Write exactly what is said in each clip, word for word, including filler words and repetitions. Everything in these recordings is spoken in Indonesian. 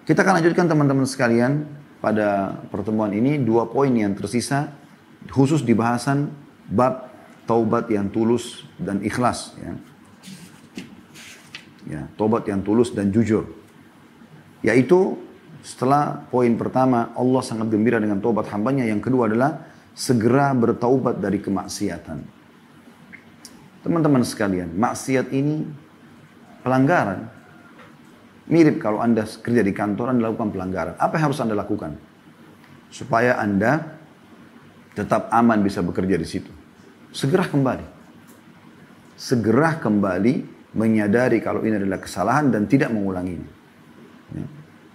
Kita akan lanjutkan teman-teman sekalian pada pertemuan ini dua poin yang tersisa khusus di bahasan bab taubat yang tulus dan ikhlas. Ya, ya taubat yang tulus dan jujur. Yaitu setelah poin pertama Allah sangat gembira dengan taubat hambanya. Yang kedua adalah segera bertaubat dari kemaksiatan. Teman-teman sekalian, maksiat ini pelanggaran. Mirip kalau Anda kerja di kantor, Anda lakukan pelanggaran. Apa yang harus Anda lakukan? Supaya Anda tetap aman bisa bekerja di situ. Segera kembali. Segera kembali menyadari kalau ini adalah kesalahan dan tidak mengulanginya. Ya.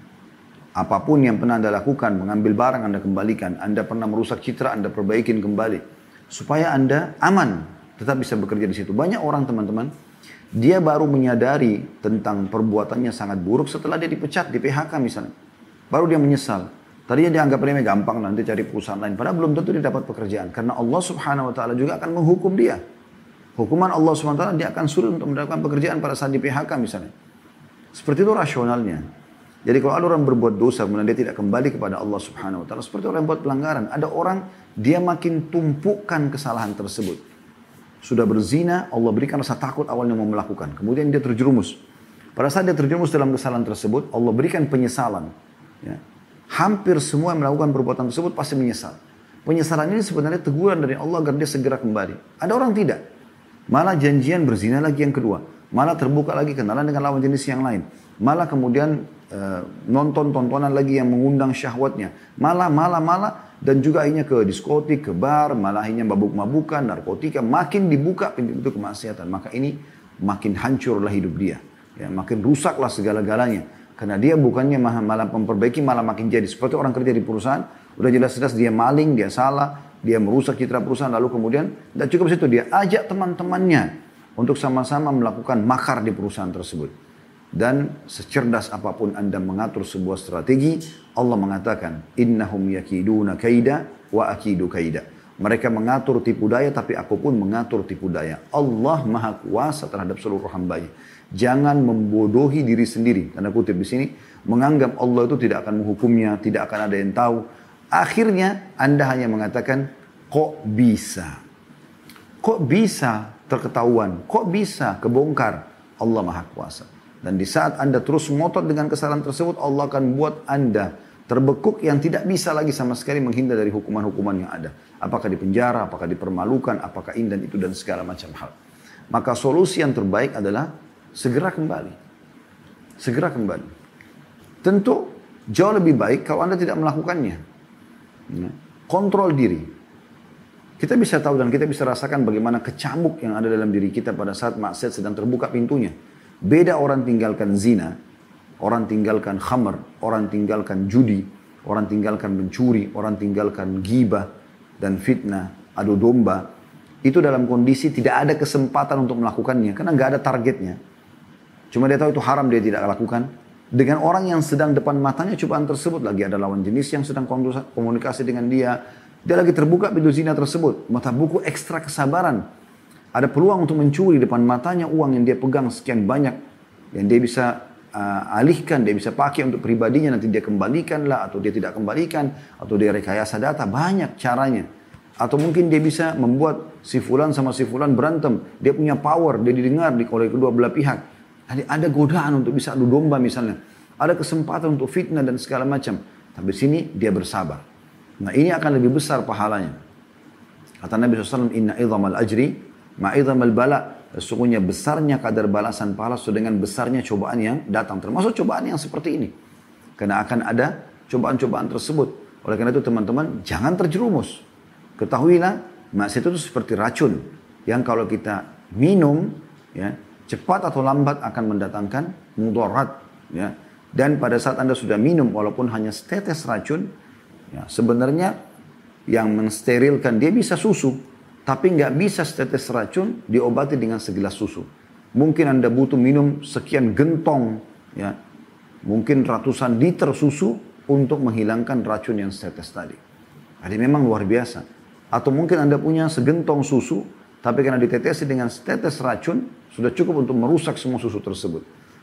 Apapun yang pernah Anda lakukan, mengambil barang Anda kembalikan. Anda pernah merusak citra, Anda perbaikin kembali. Supaya Anda aman, tetap bisa bekerja di situ. Banyak orang teman-teman, dia baru menyadari tentang perbuatannya sangat buruk setelah dia dipecat, di P H K misalnya. Baru dia menyesal. Tadinya dia anggap remeh, gampang nanti cari perusahaan lain. Padahal belum tentu dia dapat pekerjaan. Karena Allah subhanahu wa ta'ala juga akan menghukum dia. Hukuman Allah subhanahu wa ta'ala, dia akan sulit untuk mendapatkan pekerjaan pada saat di P H K misalnya. Seperti itu rasionalnya. Jadi kalau ada orang berbuat dosa, kemudian dia tidak kembali kepada Allah subhanahu wa ta'ala. Seperti orang yang buat pelanggaran. Ada orang, dia makin tumpukan kesalahan tersebut. Sudah berzina, Allah berikan rasa takut awalnya mau melakukan. Kemudian dia terjerumus. Pada saat dia terjerumus dalam kesalahan tersebut, Allah berikan penyesalan. Ya. Hampir semua yang melakukan perbuatan tersebut pasti menyesal. Penyesalan ini sebenarnya teguran dari Allah agar dia segera kembali. Ada orang tidak. Malah janjian berzina lagi yang kedua. Malah terbuka lagi kenalan dengan lawan jenis yang lain. Malah kemudian uh, nonton tontonan lagi yang mengundang syahwatnya. Malah, malah, malah. Dan juga akhirnya ke diskotik, ke bar, malah akhirnya mabuk-mabukan, narkotika. Makin dibuka pintu-pintu kemaksiatan. Maka ini makin hancurlah hidup dia. Ya, makin rusaklah segala-galanya. Karena dia bukannya malah memperbaiki, malah makin jadi. Seperti orang kerja di perusahaan, udah jelas-jelas dia maling, dia salah, dia merusak citra perusahaan. Lalu kemudian, tidak cukup situ, dia ajak teman-temannya untuk sama-sama melakukan makar di perusahaan tersebut. Dan secerdas apapun Anda mengatur sebuah strategi, Allah mengatakan, innahum yakiduna kaida wa akidu kaida. Mereka mengatur tipu daya, tapi aku pun mengatur tipu daya. Allah maha kuasa terhadap seluruh hambanya. Jangan membodohi diri sendiri. Tanda kutip di sini, menganggap Allah itu tidak akan menghukumnya, tidak akan ada yang tahu. Akhirnya Anda hanya mengatakan, kok bisa? Kok bisa terketahuan? Kok bisa kebongkar? Allah maha kuasa. Dan di saat Anda terus ngotot dengan kesalahan tersebut, Allah akan buat Anda terbekuk yang tidak bisa lagi sama sekali menghindar dari hukuman-hukuman yang ada. Apakah di penjara, apakah dipermalukan, apakah ini dan itu dan segala macam hal. Maka solusi yang terbaik adalah segera kembali. Segera kembali. Tentu jauh lebih baik kalau Anda tidak melakukannya. Kontrol diri. Kita bisa tahu dan kita bisa rasakan bagaimana kecamuk yang ada dalam diri kita pada saat maksiat sedang terbuka pintunya. Beda orang tinggalkan zina, orang tinggalkan khamr, orang tinggalkan judi, orang tinggalkan mencuri, orang tinggalkan ghibah dan fitnah, adu domba. Itu dalam kondisi tidak ada kesempatan untuk melakukannya karena nggak ada targetnya. Cuma dia tahu itu haram, dia tidak lakukan. Dengan orang yang sedang depan matanya cobaan tersebut, lagi ada lawan jenis yang sedang komunikasi dengan dia, dia lagi terbuka pintu zina tersebut. Mata buku ekstra kesabaran. Ada peluang untuk mencuri depan matanya uang yang dia pegang sekian banyak. Yang dia bisa uh, alihkan, dia bisa pakai untuk pribadinya. Nanti dia kembalikan lah, atau dia tidak kembalikan. Atau dia rekayasa data, banyak caranya. Atau mungkin dia bisa membuat si fulan sama si fulan berantem. Dia punya power, dia didengar oleh kedua belah pihak. Jadi ada godaan untuk bisa adu domba misalnya. Ada kesempatan untuk fitnah dan segala macam. Tapi di sini dia bersabar. Nah ini akan lebih besar pahalanya. Kata Nabi shallallahu alaihi wasallam, inna idhamal ajri ma'idhamal bala. Sesungguhnya besarnya kadar balasan pahala dengan besarnya cobaan yang datang. Termasuk cobaan yang seperti ini. Karena akan ada cobaan-cobaan tersebut. Oleh karena itu teman-teman, jangan terjerumus. Ketahuilah, maksiat itu seperti racun. Yang kalau kita minum, ya, cepat atau lambat akan mendatangkan mudarat. Ya. Dan pada saat Anda sudah minum, walaupun hanya setetes racun, ya, sebenarnya yang mensterilkan dia bisa susu. Tapi nggak bisa setetes racun diobati dengan segelas susu. Mungkin Anda butuh minum sekian gentong, ya, mungkin ratusan liter susu untuk menghilangkan racun yang setetes tadi. Jadi memang luar biasa. Atau mungkin Anda punya segentong susu, tapi karena ditetesi dengan setetes racun, sudah cukup untuk merusak semua susu tersebut.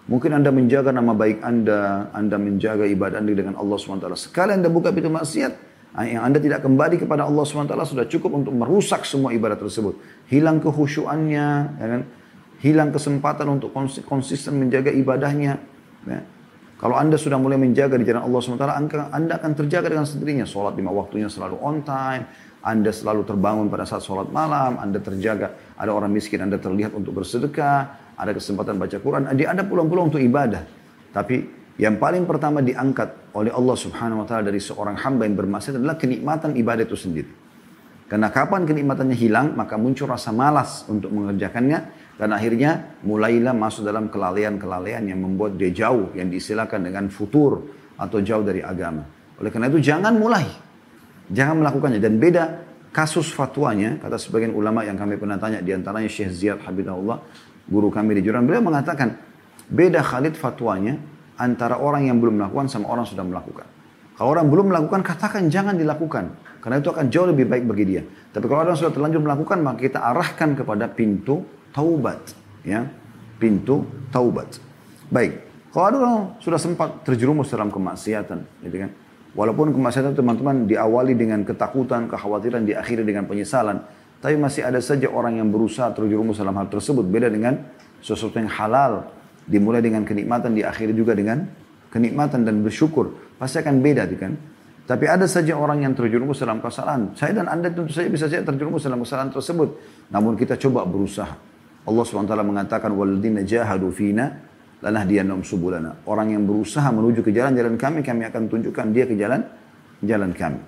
Mungkin Anda menjaga nama baik Anda, Anda menjaga ibadah Anda dengan Allah subhanahu wa taala. Sekali Anda buka pintu maksiat, yang Anda tidak kembali kepada Allah subhanahu wa taala sudah cukup untuk merusak semua ibadah tersebut. Hilang kekhusyuannya, ya kan? Hilang kesempatan untuk konsisten menjaga ibadahnya. Ya. Kalau Anda sudah mulai menjaga di jalan Allah subhanahu wa taala, Anda akan terjaga dengan sendirinya. Sholat lima waktunya selalu on time, Anda selalu terbangun pada saat sholat malam, Anda terjaga. Ada orang miskin, Anda terlihat untuk bersedekah, ada kesempatan baca Quran, ada peluang-peluang untuk ibadah. Tapi yang paling pertama diangkat oleh Allah subhanahu wa ta'ala dari seorang hamba yang bermaksiat adalah kenikmatan ibadah itu sendiri. Karena kapan kenikmatannya hilang, maka muncul rasa malas untuk mengerjakannya, dan akhirnya mulailah masuk dalam kelalaian-kelalaian yang membuat dia jauh, yang diistilahkan dengan futur atau jauh dari agama. Oleh karena itu jangan mulai, jangan melakukannya. Dan beda kasus fatwanya, kata sebagian ulama yang kami pernah tanya, diantaranya Syekh Ziyad Habibullah, guru kami di Jordan, beliau mengatakan, beda Khalid fatwanya antara orang yang belum melakukan sama orang sudah melakukan. Kalau orang belum melakukan, katakan jangan dilakukan. Karena itu akan jauh lebih baik bagi dia. Tapi kalau orang sudah terlanjur melakukan, maka kita arahkan kepada pintu taubat. Ya, pintu taubat. Baik, kalau ada orang sudah sempat terjerumus dalam kemaksiatan, gitu kan? Walaupun kemaksiatan teman-teman diawali dengan ketakutan, kekhawatiran, diakhiri dengan penyesalan, tapi masih ada saja orang yang berusaha terjerumus dalam hal tersebut. Beda dengan sesuatu yang halal. Dimulai dengan kenikmatan, diakhiri juga dengan kenikmatan dan bersyukur. Pasti akan beda, kan? Tapi ada saja orang yang terjerumus dalam kesalahan. Saya dan Anda tentu saja bisa saja terjerumus dalam kesalahan tersebut. Namun kita coba berusaha. Allah subhanahu wa taala mengatakan, وَالَّذِينَ جَاهَدُوا فِينَا لَنَهْدِيَنَّهُمْ سُبُلَنَا. Orang yang berusaha menuju ke jalan-jalan kami, kami akan tunjukkan dia ke jalan jalan kami.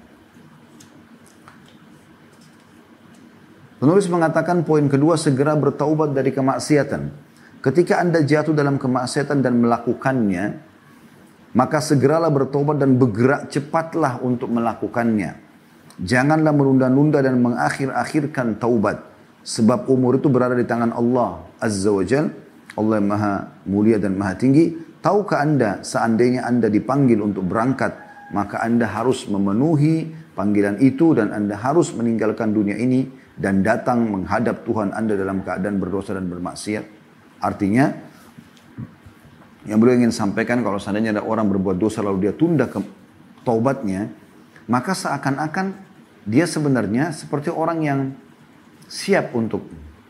Penulis mengatakan poin kedua, segera bertaubat dari kemaksiatan. Ketika Anda jatuh dalam kemaksiatan dan melakukannya, maka segeralah bertaubat dan bergerak cepatlah untuk melakukannya. Janganlah menunda-nunda dan mengakhir-akhirkan taubat. Sebab umur itu berada di tangan Allah Azza wa Jal. Allah yang maha mulia dan maha tinggi. Tahukah Anda seandainya Anda dipanggil untuk berangkat, maka Anda harus memenuhi panggilan itu dan Anda harus meninggalkan dunia ini dan datang menghadap Tuhan Anda dalam keadaan berdosa dan bermaksiat. Artinya, yang beliau ingin sampaikan, kalau seandainya ada orang berbuat dosa lalu dia tunda ke taubatnya, maka seakan-akan dia sebenarnya seperti orang yang siap untuk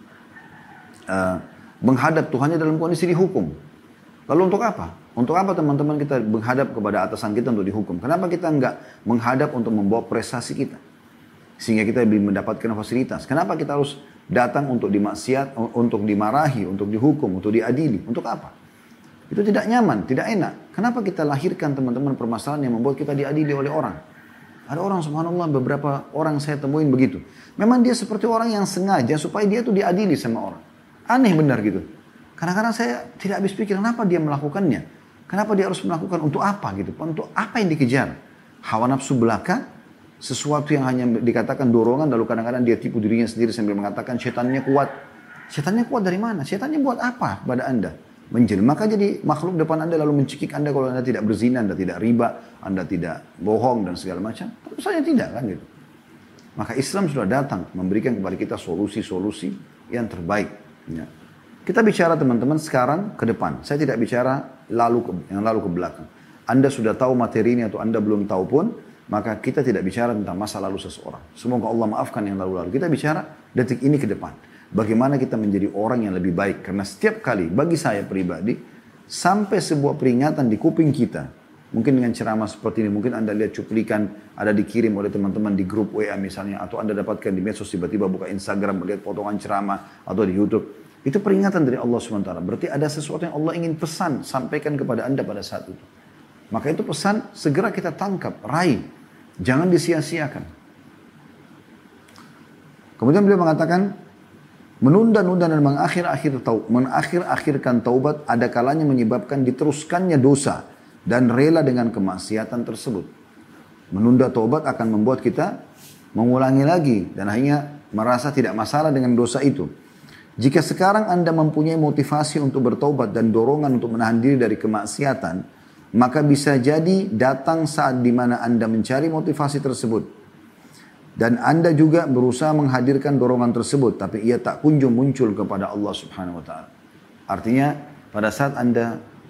uh, menghadap Tuhannya dalam kondisi dihukum. Lalu untuk apa? Untuk apa teman-teman kita menghadap kepada atasan kita untuk dihukum? Kenapa kita enggak menghadap untuk membawa prestasi kita? Sehingga kita lebih mendapatkan fasilitas. Kenapa kita harus datang untuk dimaksiat, untuk dimarahi, untuk dihukum, untuk diadili? Untuk apa? Itu tidak nyaman, tidak enak. Kenapa kita lahirkan teman-teman permasalahan yang membuat kita diadili oleh orang? Ada orang, subhanallah, beberapa orang saya temuin begitu. Memang dia seperti orang yang sengaja supaya dia tuh diadili sama orang. Aneh benar gitu. Kadang-kadang saya tidak habis pikir kenapa dia melakukannya. Kenapa dia harus melakukan, untuk apa gitu. Untuk apa yang dikejar? Hawa nafsu belaka? Sesuatu yang hanya dikatakan dorongan, lalu kadang-kadang dia tipu dirinya sendiri sambil mengatakan setannya kuat. Setannya kuat dari mana? Setannya buat apa pada Anda? Menjelma jadi makhluk depan Anda lalu mencekik Anda kalau Anda tidak berzina, Anda tidak riba, Anda tidak bohong dan segala macam. Tentu saja tidak kan gitu. Maka Islam sudah datang memberikan kepada kita solusi-solusi yang terbaik. Ya. Kita bicara teman-teman sekarang ke depan. Saya tidak bicara lalu ke, yang lalu ke belakang. Anda sudah tahu materi ini atau Anda belum tahu pun, maka kita tidak bicara tentang masa lalu seseorang. Semoga Allah maafkan yang lalu-lalu. Kita bicara detik ini ke depan. Bagaimana kita menjadi orang yang lebih baik. Karena setiap kali bagi saya pribadi, sampai sebuah peringatan di kuping kita. Mungkin dengan ceramah seperti ini. Mungkin Anda lihat cuplikan, ada dikirim oleh teman-teman di grup W A misalnya. Atau Anda dapatkan di medsos, tiba-tiba buka Instagram, melihat potongan ceramah. Atau di YouTube. Itu peringatan dari Allah subhanahu wa taala. Berarti ada sesuatu yang Allah ingin pesan, sampaikan kepada Anda pada saat itu. Maka itu pesan, segera kita tangkap, raih. Jangan disia-siakan. Kemudian beliau mengatakan, menunda-nunda dan mengakhir-akhir tau, mengakhir-akhirkan taubat ada kalanya menyebabkan diteruskannya dosa dan rela dengan kemaksiatan tersebut. Menunda taubat akan membuat kita mengulangi lagi dan akhirnya merasa tidak masalah dengan dosa itu. Jika sekarang Anda mempunyai motivasi untuk bertaubat dan dorongan untuk menahan diri dari kemaksiatan, maka bisa jadi datang saat di mana Anda mencari motivasi tersebut. Dan Anda juga berusaha menghadirkan dorongan tersebut. Tapi ia tak kunjung muncul kepada Allah subhanahu wa ta'ala. Artinya pada saat Anda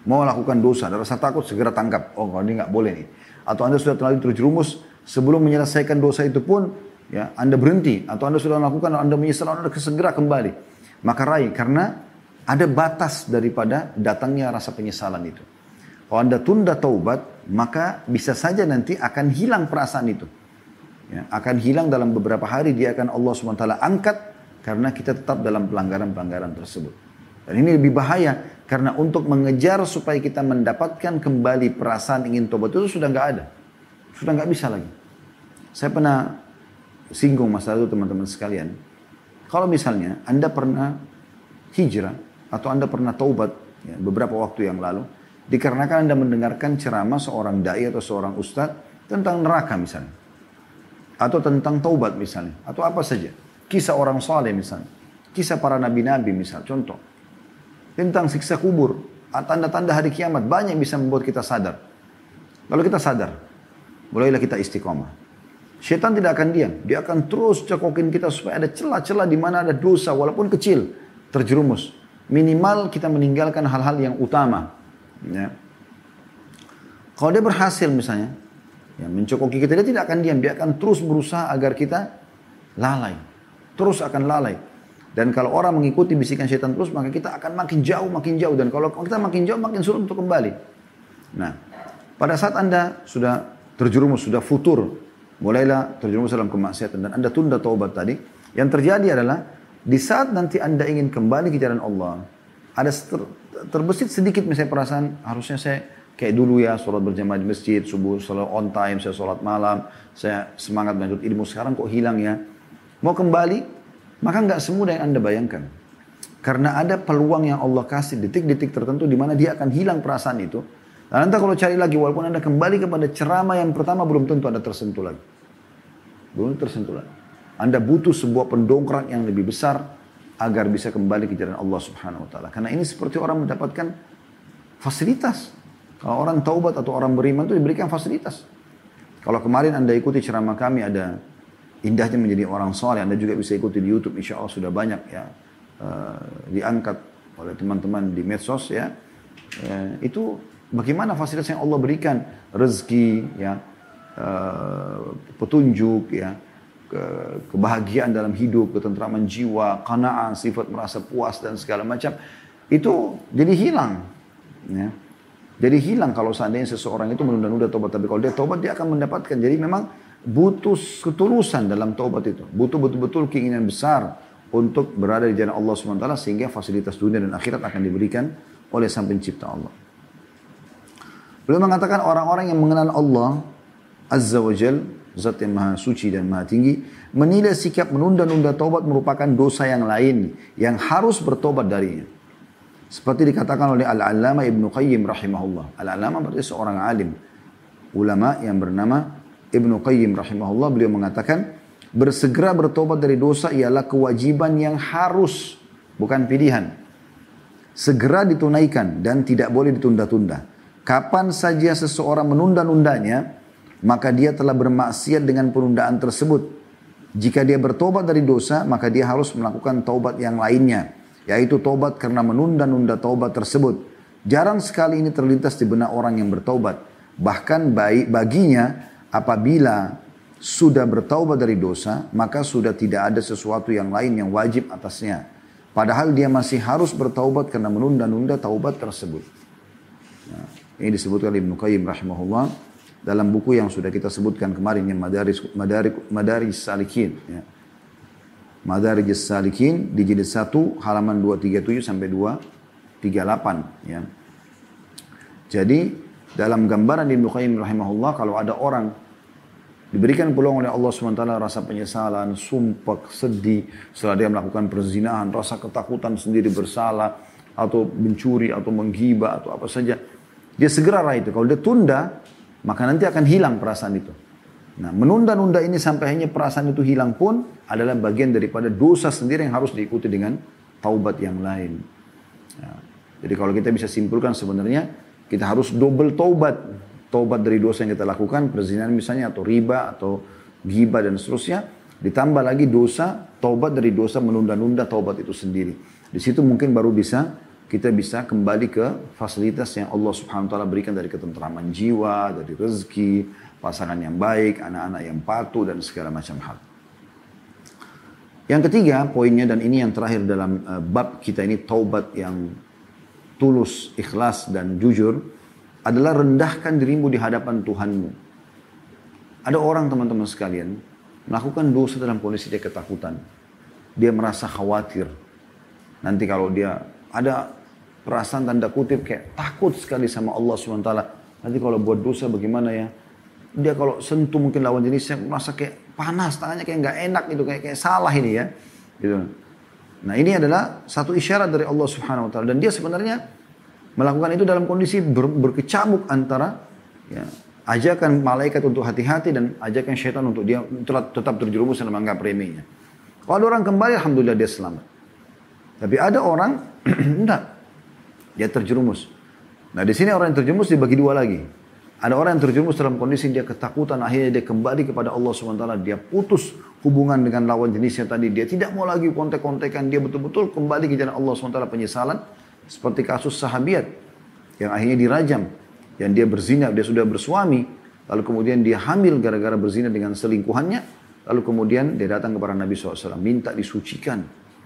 mau lakukan dosa, ada rasa takut, segera tangkap. Oh, kalau ini nggak boleh nih. Atau Anda sudah terlalu terjerumus, sebelum menyelesaikan dosa itu pun, ya, Anda berhenti. Atau Anda sudah melakukan, Anda menyesal, Anda segera kembali. Maka raih, karena ada batas daripada datangnya rasa penyesalan itu. Kalau Anda tunda taubat, maka bisa saja nanti akan hilang perasaan itu. Ya, akan hilang dalam beberapa hari, dia akan Allah subhanahu wa taala angkat, karena kita tetap dalam pelanggaran-pelanggaran tersebut. Dan ini lebih bahaya, karena untuk mengejar supaya kita mendapatkan kembali perasaan ingin taubat itu sudah nggak ada. Sudah nggak bisa lagi. Saya pernah singgung masalah itu teman-teman sekalian. Kalau misalnya Anda pernah hijrah, atau Anda pernah taubat ya, beberapa waktu yang lalu, dikarenakan Anda mendengarkan ceramah seorang dai atau seorang ustadz tentang neraka misalnya. Atau tentang taubat misalnya. Atau apa saja. Kisah orang saleh misalnya. Kisah para nabi-nabi misalnya. Contoh. Tentang siksa kubur, tanda-tanda hari kiamat, banyak yang bisa membuat kita sadar. Lalu kita sadar, mulailah kita istiqomah. Syaitan tidak akan diam, dia akan terus cekokin kita supaya ada celah-celah di mana ada dosa, walaupun kecil, terjerumus. Minimal kita meninggalkan hal-hal yang utama. Ya. Kalau dia berhasil misalnya, ya, mencokoki kita, dia tidak akan diam, dia akan terus berusaha agar kita lalai. Terus akan lalai. Dan kalau orang mengikuti bisikan syaitan terus, maka kita akan makin jauh, makin jauh. Dan kalau kita makin jauh, makin sulit untuk kembali. Nah, pada saat Anda sudah terjerumus, sudah futur, mulailah terjerumus dalam kemaksiatan, dan Anda tunda taubat tadi, yang terjadi adalah, di saat nanti Anda ingin kembali ke jalan Allah, ada ter, terbesit sedikit misalnya perasaan, harusnya saya kayak dulu ya, sholat berjamaah di masjid, subuh, sholat on time, saya sholat malam, saya semangat menuntut ilmu, sekarang kok hilang ya. Mau kembali, maka nggak semudah yang Anda bayangkan. Karena ada peluang yang Allah kasih, detik-detik tertentu di mana dia akan hilang perasaan itu. Dan Anda kalau cari lagi, walaupun Anda kembali kepada ceramah yang pertama, belum tentu Anda tersentuh lagi. Belum tersentuh lagi. Anda butuh sebuah pendongkrak yang lebih besar agar bisa kembali ke jalan Allah subhanahu wa ta'ala. Karena ini seperti orang mendapatkan fasilitas. Kalau orang taubat atau orang beriman itu diberikan fasilitas. Kalau kemarin Anda ikuti ceramah kami, ada indahnya menjadi orang soleh, Anda juga bisa ikuti di YouTube, insya Allah sudah banyak ya uh, diangkat oleh teman-teman di medsos ya. Uh, itu bagaimana fasilitas yang Allah berikan, rezeki ya, uh, petunjuk ya, ke, kebahagiaan dalam hidup, ketentraman jiwa, qanaah, sifat merasa puas dan segala macam, itu jadi hilang ya. Jadi hilang kalau seandainya seseorang itu menunda-nunda taubat, tapi kalau dia taubat dia akan mendapatkan. Jadi memang butuh ketulusan dalam taubat itu. Butuh betul-betul keinginan besar untuk berada di jalan Allah subhanahu wa taala, sehingga fasilitas dunia dan akhirat akan diberikan oleh Sang Pencipta Allah. Beliau mengatakan orang-orang yang mengenal Allah Azza wa Jal, Zat yang maha suci dan maha tinggi, menilai sikap menunda-nunda taubat merupakan dosa yang lain yang harus bertobat darinya. Seperti dikatakan oleh Al-Allamah Ibnu Qayyim rahimahullah. Al-Allamah berarti seorang alim, ulama yang bernama Ibnu Qayyim rahimahullah. Beliau mengatakan, bersegera bertobat dari dosa ialah kewajiban yang harus, bukan pilihan. Segera ditunaikan dan tidak boleh ditunda-tunda. Kapan saja seseorang menunda-nundanya, maka dia telah bermaksiat dengan penundaan tersebut. Jika dia bertobat dari dosa, maka dia harus melakukan taubat yang lainnya, yaitu taubat karena menunda-nunda taubat tersebut. Jarang sekali ini terlintas di benak orang yang bertaubat. Bahkan baik baginya, apabila sudah bertaubat dari dosa, maka sudah tidak ada sesuatu yang lain yang wajib atasnya. Padahal dia masih harus bertaubat karena menunda-nunda taubat tersebut. Nah, ini disebutkan oleh Ibnu Qayyim rahimahullah dalam buku yang sudah kita sebutkan kemarin, yang Madaris Madaris Madaris Salikin. Ya. Madaris Salikin di jilid satu halaman dua tiga tujuh sampai dua tiga delapan. Ya. Jadi dalam gambaran Ibnu Qayyim rahimahullah, kalau ada orang diberikan peluang oleh Allah subhanahu wa taala rasa penyesalan, sumpah, sedih setelah dia melakukan perzinahan, rasa ketakutan sendiri bersalah, atau mencuri, atau menggibah, atau apa saja, dia segera raih itu. Kalau dia tunda, maka nanti akan hilang perasaan itu. Nah, menunda-nunda ini sampai hanya perasaan itu hilang pun adalah bagian daripada dosa sendiri yang harus diikuti dengan taubat yang lain. Nah, jadi kalau kita bisa simpulkan sebenarnya kita harus double taubat. Taubat dari dosa yang kita lakukan, perzinahan misalnya, atau riba, atau ghibah dan seterusnya. Ditambah lagi dosa, taubat dari dosa menunda-nunda taubat itu sendiri. Di situ mungkin baru bisa kita bisa kembali ke fasilitas yang Allah Subhanahu wa taala berikan dari ketentraman jiwa, dari rezeki, pasangan yang baik, anak-anak yang patuh dan segala macam hal. Yang ketiga poinnya, dan ini yang terakhir dalam uh, bab kita ini, taubat yang tulus, ikhlas dan jujur, adalah rendahkan dirimu di hadapan Tuhanmu. Ada orang teman-teman sekalian melakukan dosa dalam kondisi dia ketakutan. Dia merasa khawatir. Nanti kalau dia ada perasaan tanda kutip kayak takut sekali sama Allah subhanahu wa taala. Nanti kalau buat dosa bagaimana ya? Dia kalau sentuh mungkin lawan jenisnya merasa kayak panas, tangannya kayak nggak enak gitu, kayak kayak salah ini ya. Gitu. Nah ini adalah satu isyarat dari Allah subhanahu wa taala. Dan dia sebenarnya melakukan itu dalam kondisi ber, berkecamuk antara ya, ajakan malaikat untuk hati-hati dan ajakan syaitan untuk dia tetap terjerumus dalam menganggap remehnya. Kalau ada orang kembali, alhamdulillah dia selamat. Tapi ada orang enggak, dia terjerumus. Nah di sini orang yang terjerumus dibagi dua lagi. Ada orang yang terjerumus dalam kondisi dia ketakutan, akhirnya dia kembali kepada Allah subhanahu wa taala, dia putus hubungan dengan lawan jenisnya tadi, dia tidak mau lagi kontek-kontekan, dia betul-betul kembali ke jalan Allah subhanahu wa taala, penyesalan, seperti kasus sahabiat yang akhirnya dirajam, yang dia berzina, dia sudah bersuami, lalu kemudian dia hamil gara-gara berzina dengan selingkuhannya, lalu kemudian dia datang kepada Nabi shallallahu alaihi wasallam, minta disucikan.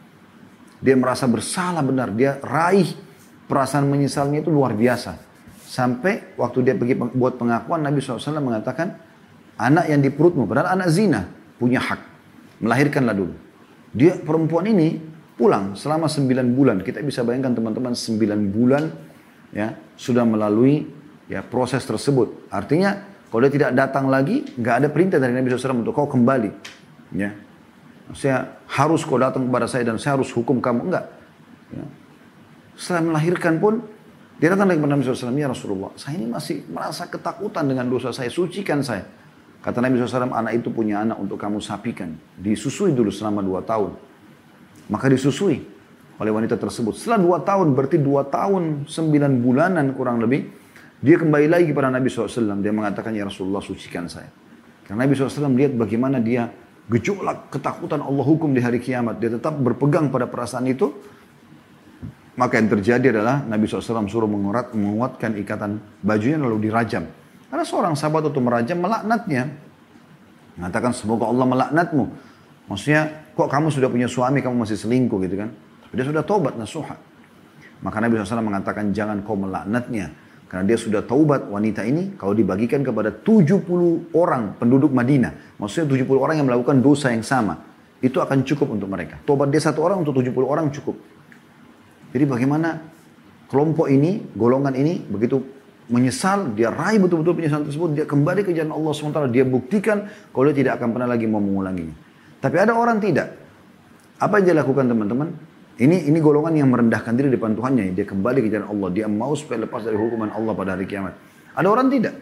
Dia merasa bersalah benar, dia raih perasaan menyesalnya itu luar biasa. Sampai waktu dia pergi buat pengakuan, Nabi shallallahu alaihi wasallam mengatakan, anak yang di perutmu, padahal anak zina, punya hak, melahirkanlah dulu. Dia perempuan ini pulang selama sembilan bulan, kita bisa bayangkan teman-teman, sembilan bulan ya sudah melalui ya proses tersebut. Artinya kalau dia tidak datang lagi, nggak ada perintah dari Nabi shallallahu alaihi wasallam untuk kau kembali. Ya. Saya harus kau datang kepada saya dan saya harus hukum kamu. Enggak. Ya. Setelah melahirkan pun, dia datang kepada Nabi shallallahu alaihi wasallam, ya Rasulullah, saya ini masih merasa ketakutan dengan dosa saya, sucikan saya. Kata Nabi shallallahu alaihi wasallam, anak itu punya anak untuk kamu sapikan. Disusui dulu selama dua tahun. Maka disusui oleh wanita tersebut. Setelah dua tahun, berarti dua tahun, sembilan bulanan kurang lebih, dia kembali lagi kepada Nabi shallallahu alaihi wasallam. Dia mengatakan, ya Rasulullah, sucikan saya. Karena Nabi shallallahu alaihi wasallam lihat bagaimana dia gejolak ketakutan Allah hukum di hari kiamat. Dia tetap berpegang pada perasaan itu. Maka yang terjadi adalah Nabi shallallahu alaihi wasallam suruh mengurat, menguatkan ikatan bajunya lalu dirajam. Karena seorang sahabat untuk merajam melaknatnya. Mengatakan, semoga Allah melaknatmu. Maksudnya, kok kamu sudah punya suami, kamu masih selingkuh gitu kan. Tapi dia sudah taubat nasuha. Maka Nabi shallallahu alaihi wasallam mengatakan, jangan kau melaknatnya. Karena dia sudah taubat, wanita ini kalau dibagikan kepada tujuh puluh orang penduduk Madinah. Maksudnya tujuh puluh orang yang melakukan dosa yang sama. Itu akan cukup untuk mereka. Taubat dia satu orang untuk tujuh puluh orang cukup. Jadi bagaimana kelompok ini, golongan ini begitu menyesal, dia raih betul-betul penyesalan tersebut, dia kembali ke jalan Allah subhanahu wa taala, dia buktikan kalau dia tidak akan pernah lagi mau mengulanginya. Tapi ada orang tidak. Apa yang dia lakukan teman-teman? Ini ini golongan yang merendahkan diri di depan Tuhannya. Dia kembali ke jalan Allah. Dia mau supaya lepas dari hukuman Allah pada hari kiamat. Ada orang tidak.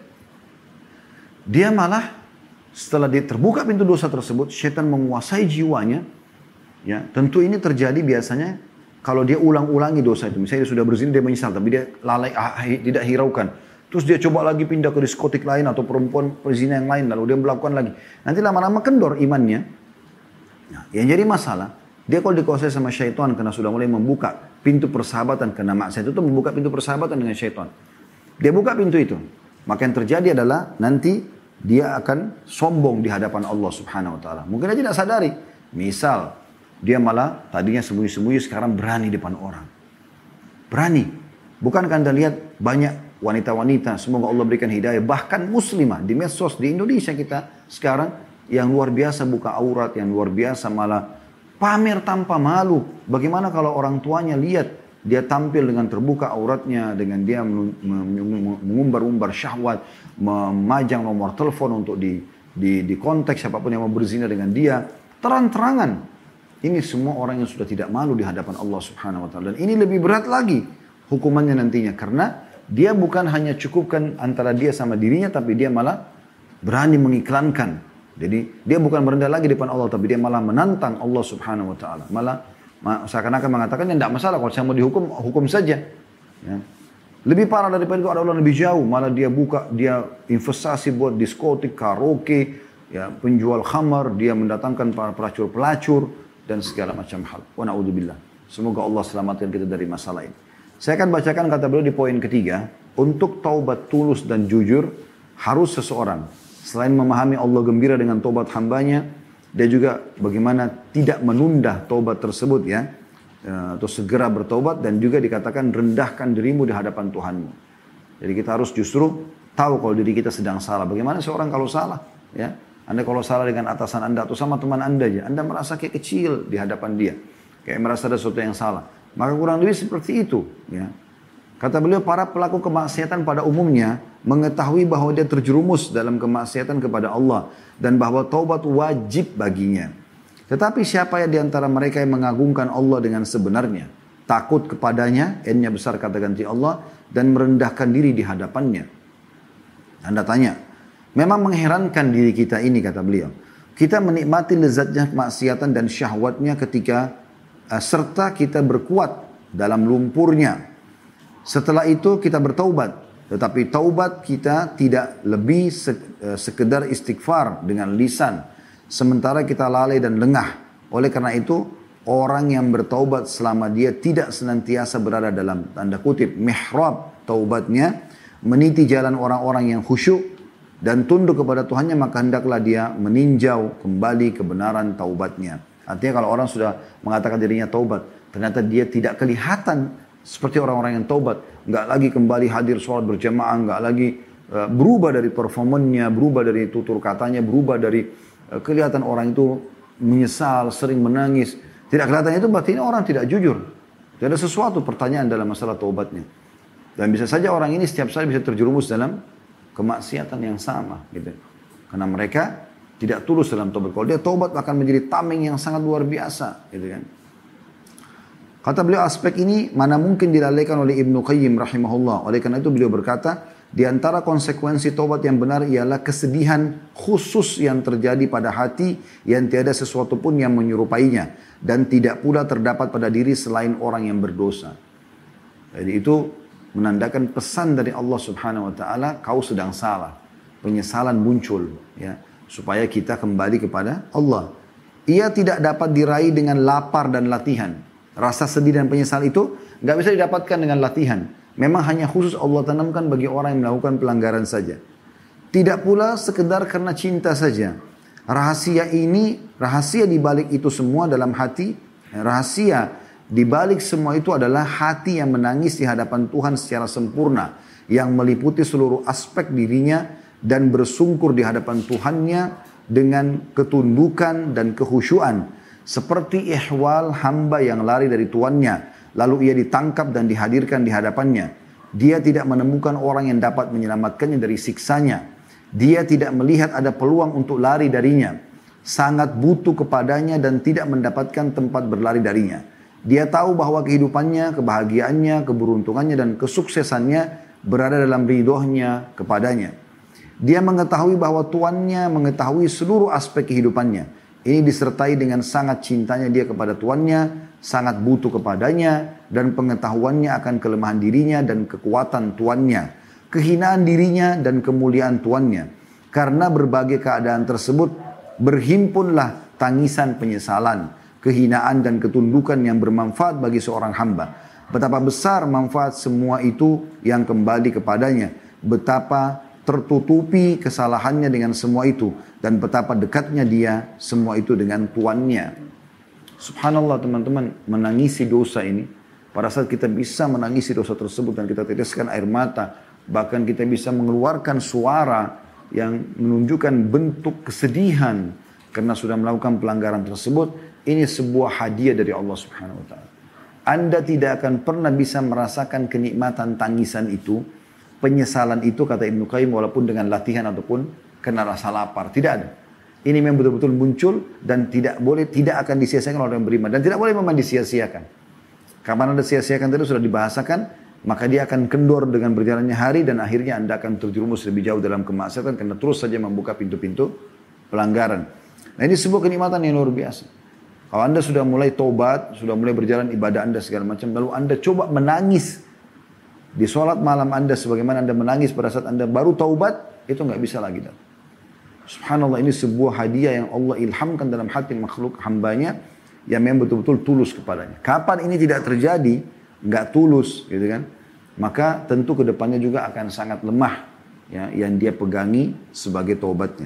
Dia malah setelah dia terbuka pintu dosa tersebut, syaitan menguasai jiwanya. Ya, tentu ini terjadi biasanya kalau dia ulang-ulangi dosa itu. Misalnya dia sudah berzina, dia menyesal, tapi dia lalai, ah, tidak hiraukan. Terus dia coba lagi pindah ke diskotik lain atau perempuan perzina yang lain, lalu dia melakukan lagi. Nanti lama-lama kendor imannya. Nah, yang jadi masalah, dia kalau dikuasai sama syaitan karena sudah mulai membuka pintu persahabatan, karena maksiat itu membuka pintu persahabatan dengan syaitan. Dia buka pintu itu. Maka yang terjadi adalah nanti dia akan sombong di hadapan Allah subhanahu wa ta'ala. Mungkin dia tidak sadari. Misal, dia malah tadinya sembunyi-sembunyi, sekarang berani depan orang. Berani. Bukankah Anda lihat banyak wanita-wanita, semoga Allah berikan hidayah, bahkan muslimah di medsos di Indonesia kita sekarang, yang luar biasa buka aurat, yang luar biasa malah pamer tanpa malu. Bagaimana kalau orang tuanya lihat dia tampil dengan terbuka auratnya, dengan dia mengumbar-umbar syahwat, memajang nomor telepon untuk di, di, di kontak siapapun yang mau berzina dengan dia, terang-terangan. Ini semua orang yang sudah tidak malu di hadapan Allah subhanahu wa ta'ala. Dan ini lebih berat lagi hukumannya nantinya. Karena dia bukan hanya cukupkan antara dia sama dirinya, tapi dia malah berani mengiklankan. Jadi dia bukan merendah lagi di depan Allah, tapi dia malah menantang Allah subhanahu wa ta'ala. Malah seakan-akan mengatakan, ya tidak masalah kalau saya mau dihukum, hukum saja. Ya. Lebih parah daripada itu ada orang lebih jauh. Malah dia buka, dia investasi buat diskotik, karaoke, ya, penjual khamar, dia mendatangkan para pelacur-pelacur, dan segala macam hal. Wa na'udzubillah. Semoga Allah selamatkan kita dari masalah ini. Saya akan bacakan kata beliau di poin ketiga. Untuk taubat tulus dan jujur, harus seseorang selain memahami Allah gembira dengan taubat hambanya, dia juga bagaimana tidak menunda taubat tersebut ya, atau segera bertaubat, dan juga dikatakan rendahkan dirimu di hadapan Tuhanmu. Jadi kita harus justru tahu kalau diri kita sedang salah. Bagaimana seorang kalau salah? Ya, Anda kalau salah dengan atasan Anda atau sama teman Anda aja, Anda merasa kayak kecil di hadapan dia, kayak merasa ada sesuatu yang salah. Maka kurang lebih seperti itu. Ya. Kata beliau, para pelaku kemaksiatan pada umumnya mengetahui bahwa dia terjerumus dalam kemaksiatan kepada Allah dan bahwa taubat wajib baginya. Tetapi siapa yang diantara mereka yang mengagungkan Allah dengan sebenarnya, takut kepadanya, n-nya besar kata ganti Allah, dan merendahkan diri di hadapannya. Anda tanya, memang mengherankan diri kita ini, kata beliau. Kita menikmati lezatnya kemaksiatan dan syahwatnya ketika uh, serta kita berkuat dalam lumpurnya. Setelah itu kita bertaubat, tetapi taubat kita tidak lebih sekedar istighfar dengan lisan, sementara kita lalai dan lengah. Oleh karena itu, orang yang bertaubat selama dia tidak senantiasa berada dalam tanda kutip mihrab taubatnya, meniti jalan orang-orang yang khusyuk dan tunduk kepada Tuhannya, maka hendaklah dia meninjau kembali kebenaran taubatnya. Artinya kalau orang sudah mengatakan dirinya taubat, ternyata dia tidak kelihatan seperti orang-orang yang taubat, nggak lagi kembali hadir sholat berjamaah, nggak lagi uh, berubah dari performannya, berubah dari tutur katanya, berubah dari uh, kelihatan orang itu menyesal, sering menangis. Tidak kelihatan itu berarti ini orang tidak jujur. Tidak ada sesuatu pertanyaan dalam masalah taubatnya. Dan bisa saja orang ini setiap saat bisa terjerumus dalam kemaksiatan yang sama, gitu. Karena mereka tidak tulus dalam taubat. Kalau dia taubat akan menjadi tameng yang sangat luar biasa, gitu kan. Kata beliau, aspek ini mana mungkin dilalaikan oleh Ibnu Qayyim rahimahullah. Oleh karena itu beliau berkata, di antara konsekuensi taubat yang benar ialah kesedihan khusus yang terjadi pada hati yang tiada sesuatu pun yang menyerupainya. Dan tidak pula terdapat pada diri selain orang yang berdosa. Jadi itu menandakan pesan dari Allah subhanahu wa ta'ala, kau sedang salah. Penyesalan muncul, ya, supaya kita kembali kepada Allah. Ia tidak dapat diraih dengan lapar dan latihan. Rasa sedih dan penyesal itu nggak bisa didapatkan dengan latihan. Memang hanya khusus Allah tanamkan bagi orang yang melakukan pelanggaran saja. Tidak pula sekedar karena cinta saja. Rahasia ini, rahasia di balik itu semua dalam hati, rahasia di balik semua itu adalah hati yang menangis di hadapan Tuhan secara sempurna, yang meliputi seluruh aspek dirinya dan bersungkur di hadapan Tuhannya dengan ketundukan dan kehusyuan. Seperti ihwal hamba yang lari dari tuannya, lalu ia ditangkap dan dihadirkan di hadapannya. Dia tidak menemukan orang yang dapat menyelamatkannya dari siksanya. Dia tidak melihat ada peluang untuk lari darinya. Sangat butuh kepadanya dan tidak mendapatkan tempat berlari darinya. Dia tahu bahwa kehidupannya, kebahagiaannya, keberuntungannya dan kesuksesannya berada dalam ridhonya kepadanya. Dia mengetahui bahwa tuannya mengetahui seluruh aspek kehidupannya. Ini disertai dengan sangat cintanya dia kepada tuannya, sangat butuh kepadanya, dan pengetahuannya akan kelemahan dirinya dan kekuatan tuannya, kehinaan dirinya dan kemuliaan tuannya. Karena berbagai keadaan tersebut, berhimpunlah tangisan penyesalan, kehinaan dan ketundukan yang bermanfaat bagi seorang hamba. Betapa besar manfaat semua itu yang kembali kepadanya. Betapa tertutupi kesalahannya dengan semua itu. Dan betapa dekatnya dia semua itu dengan tuannya. Subhanallah teman-teman, menangisi dosa ini. Pada saat kita bisa menangisi dosa tersebut dan kita teteskan air mata. Bahkan kita bisa mengeluarkan suara yang menunjukkan bentuk kesedihan. Karena sudah melakukan pelanggaran tersebut. Ini sebuah hadiah dari Allah subhanahu wa ta'ala. Anda tidak akan pernah bisa merasakan kenikmatan tangisan itu. Penyesalan itu kata Ibnu Qayyim walaupun dengan latihan ataupun kena rasa lapar. Tidak ada. Ini memang betul-betul muncul dan tidak boleh, tidak akan disia-siakan oleh orang beriman. Dan tidak boleh memang disia-siakan. Kapan Anda sia-siakan tadi sudah dibahasakan, maka dia akan kendor dengan berjalannya hari dan akhirnya Anda akan terjerumus lebih jauh dalam kemaksiatan karena terus saja membuka pintu-pintu pelanggaran. Nah ini sebuah kenikmatan yang luar biasa. Kalau Anda sudah mulai tobat, sudah mulai berjalan ibadah Anda segala macam, lalu Anda coba menangis di sholat malam Anda sebagaimana Anda menangis pada saat Anda baru taubat, itu nggak bisa lagi. Dan subhanallah, ini sebuah hadiah yang Allah ilhamkan dalam hati makhluk hambanya yang memang betul-betul tulus kepadanya. Kapan ini tidak terjadi, nggak tulus, gitu kan? Maka tentu kedepannya juga akan sangat lemah, ya, yang dia pegangi sebagai taubatnya.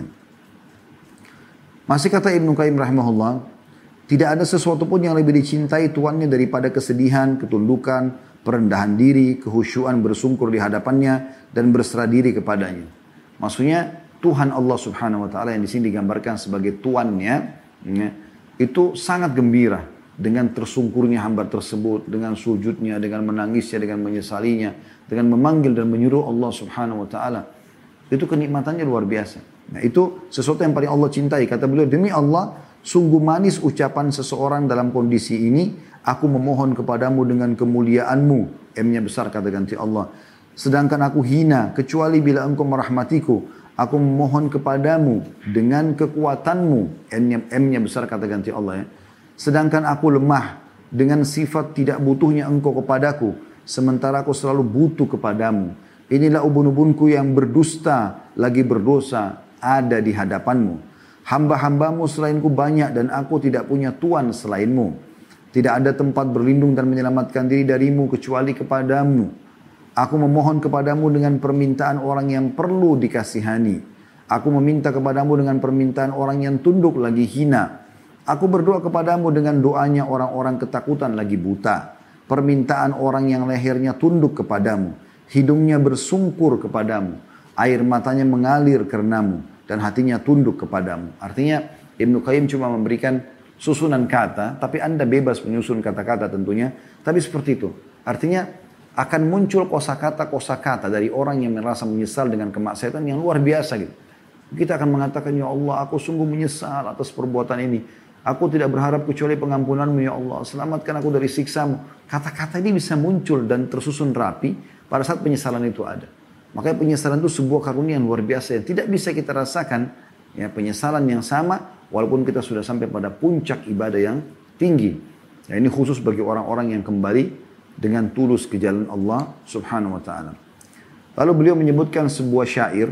Masih kata Ibnu Qayyim rahimahullah, tidak ada sesuatu pun yang lebih dicintai tuannya daripada kesedihan, ketundukan, perendahan diri, kehusyuan bersungkur di hadapannya, dan berserah diri kepadanya. Maksudnya Tuhan Allah subhanahu wa ta'ala yang di sini digambarkan sebagai tuannya, ya, itu sangat gembira dengan tersungkurnya hamba tersebut, dengan sujudnya, dengan menangisnya, dengan menyesalinya, dengan memanggil dan menyuruh Allah subhanahu wa ta'ala. Itu kenikmatannya luar biasa. Nah, itu sesuatu yang paling Allah cintai. Kata beliau, demi Allah, sungguh manis ucapan seseorang dalam kondisi ini, aku memohon kepadamu dengan kemuliaanmu. M-nya besar kata ganti Allah. Sedangkan aku hina, kecuali bila engkau merahmatiku. Aku memohon kepadamu dengan kekuatanmu. M-nya, M-nya besar kata ganti Allah, ya. Sedangkan aku lemah dengan sifat tidak butuhnya engkau kepadaku. Sementara aku selalu butuh kepadamu. Inilah ubun-ubunku yang berdusta, lagi berdosa, ada di hadapanmu. Hamba-hambamu selainku banyak dan aku tidak punya tuan selainmu. Tidak ada tempat berlindung dan menyelamatkan diri darimu kecuali kepadamu. Aku memohon kepadamu dengan permintaan orang yang perlu dikasihani. Aku meminta kepadamu dengan permintaan orang yang tunduk lagi hina. Aku berdoa kepadamu dengan doanya orang-orang ketakutan lagi buta. Permintaan orang yang lehernya tunduk kepadamu. Hidungnya bersungkur kepadamu. Air matanya mengalir karenamu. Dan hatinya tunduk kepadamu. Artinya Ibnu Qayyim cuma memberikan susunan kata. Tapi Anda bebas menyusun kata-kata tentunya. Tapi seperti itu. Artinya akan muncul kosakata-kosakata dari orang yang merasa menyesal dengan kemaksiatan yang luar biasa gitu. Kita akan mengatakan, ya Allah, aku sungguh menyesal atas perbuatan ini. Aku tidak berharap kecuali pengampunanmu, ya Allah. Selamatkan aku dari siksamu. Kata-kata ini bisa muncul dan tersusun rapi pada saat penyesalan itu ada. Makanya penyesalan itu sebuah karunia yang luar biasa yang tidak bisa kita rasakan. Ya, penyesalan yang sama walaupun kita sudah sampai pada puncak ibadah yang tinggi. Ya, ini khusus bagi orang-orang yang kembali dengan tulus ke jalan Allah subhanahu wa ta'ala. Lalu beliau menyebutkan sebuah syair.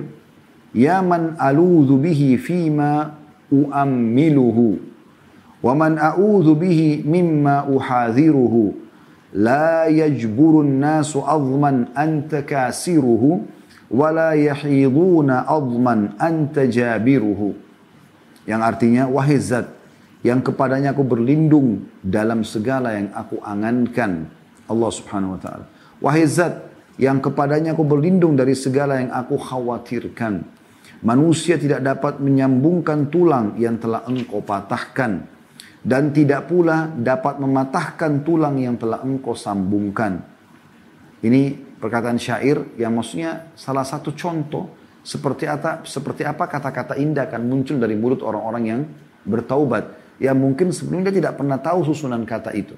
Ya man aludhu bihi fima uammiluhu. Wa man a'udhu bihi mimma uhadhiruhu. La yajburun nasu azman anta kasiruhu. Wa la yahiduna azman anta jabiruhu. Yang artinya, wahai zat yang kepadanya aku berlindung dalam segala yang aku angankan. Allah subhanahu wa ta'ala. Wahai zat yang kepadanya aku berlindung dari segala yang aku khawatirkan. Manusia tidak dapat menyambungkan tulang yang telah engkau patahkan. Dan tidak pula dapat mematahkan tulang yang telah engkau sambungkan. Ini perkataan syair yang maksudnya salah satu contoh seperti apa, seperti apa kata-kata indah akan muncul dari mulut orang-orang yang bertaubat. Yang mungkin sebelumnya tidak pernah tahu susunan kata itu.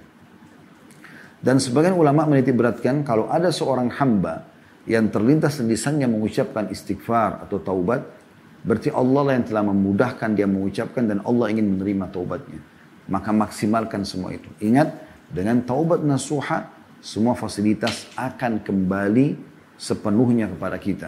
Dan sebagian ulama menitik beratkan kalau ada seorang hamba yang terlintas lisannya mengucapkan istighfar atau taubat, berarti Allah lah yang telah memudahkan dia mengucapkan dan Allah ingin menerima taubatnya. Maka maksimalkan semua itu. Ingat, dengan taubat nasuha, semua fasilitas akan kembali sepenuhnya kepada kita.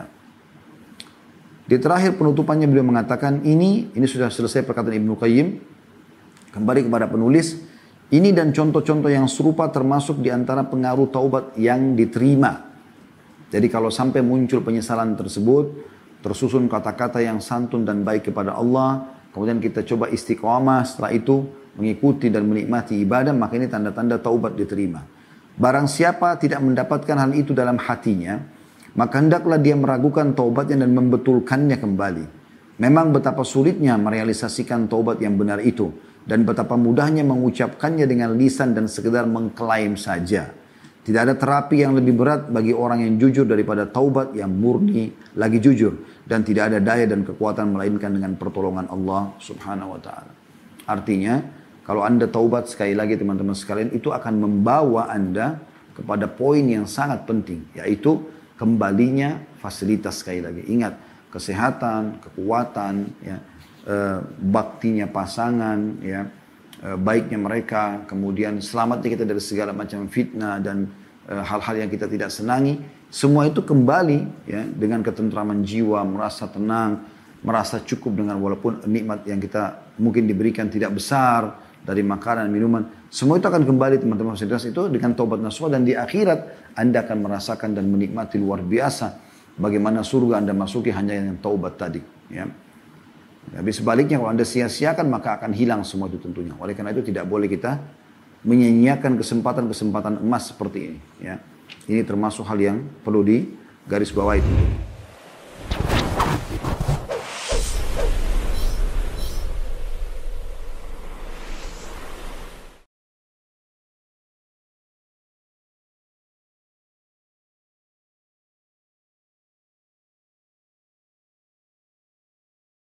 Di terakhir penutupannya beliau mengatakan, ini ini sudah selesai perkataan Ibnu Qayyim. Kembali kepada penulis, ini dan contoh-contoh yang serupa termasuk di antara pengaruh taubat yang diterima. Jadi kalau sampai muncul penyesalan tersebut, tersusun kata-kata yang santun dan baik kepada Allah, kemudian kita coba istiqamah setelah itu, mengikuti dan menikmati ibadah, maka ini tanda-tanda taubat diterima. Barang siapa tidak mendapatkan hal itu dalam hatinya, maka hendaklah dia meragukan taubatnya dan membetulkannya kembali. Memang betapa sulitnya merealisasikan taubat yang benar itu, dan betapa mudahnya mengucapkannya dengan lisan dan sekedar mengklaim saja. Tidak ada terapi yang lebih berat bagi orang yang jujur daripada taubat yang murni lagi jujur, dan tidak ada daya dan kekuatan melainkan dengan pertolongan Allah subhanahu wa ta'ala. Artinya, kalau Anda taubat sekali lagi teman-teman sekalian, itu akan membawa Anda kepada poin yang sangat penting, yaitu kembalinya fasilitas sekali lagi. Ingat, kesehatan, kekuatan, ya, e, baktinya pasangan, ya, e, baiknya mereka, kemudian selamatnya kita dari segala macam fitnah dan e, hal-hal yang kita tidak senangi. Semua itu kembali ya, dengan ketentraman jiwa, merasa tenang, merasa cukup dengan walaupun nikmat yang kita mungkin diberikan tidak besar, dari makanan, minuman. Semua itu akan kembali teman-teman fasilitas itu dengan taubat nasuha. Dan di akhirat Anda akan merasakan dan menikmati luar biasa. Bagaimana surga Anda masuki hanya yang taubat tadi. Ya. Tapi sebaliknya kalau Anda sia-siakan maka akan hilang semua itu tentunya. Oleh karena itu tidak boleh kita menyia-nyiakan kesempatan-kesempatan emas seperti ini. Ya. Ini termasuk hal yang perlu digarisbawahi tentunya.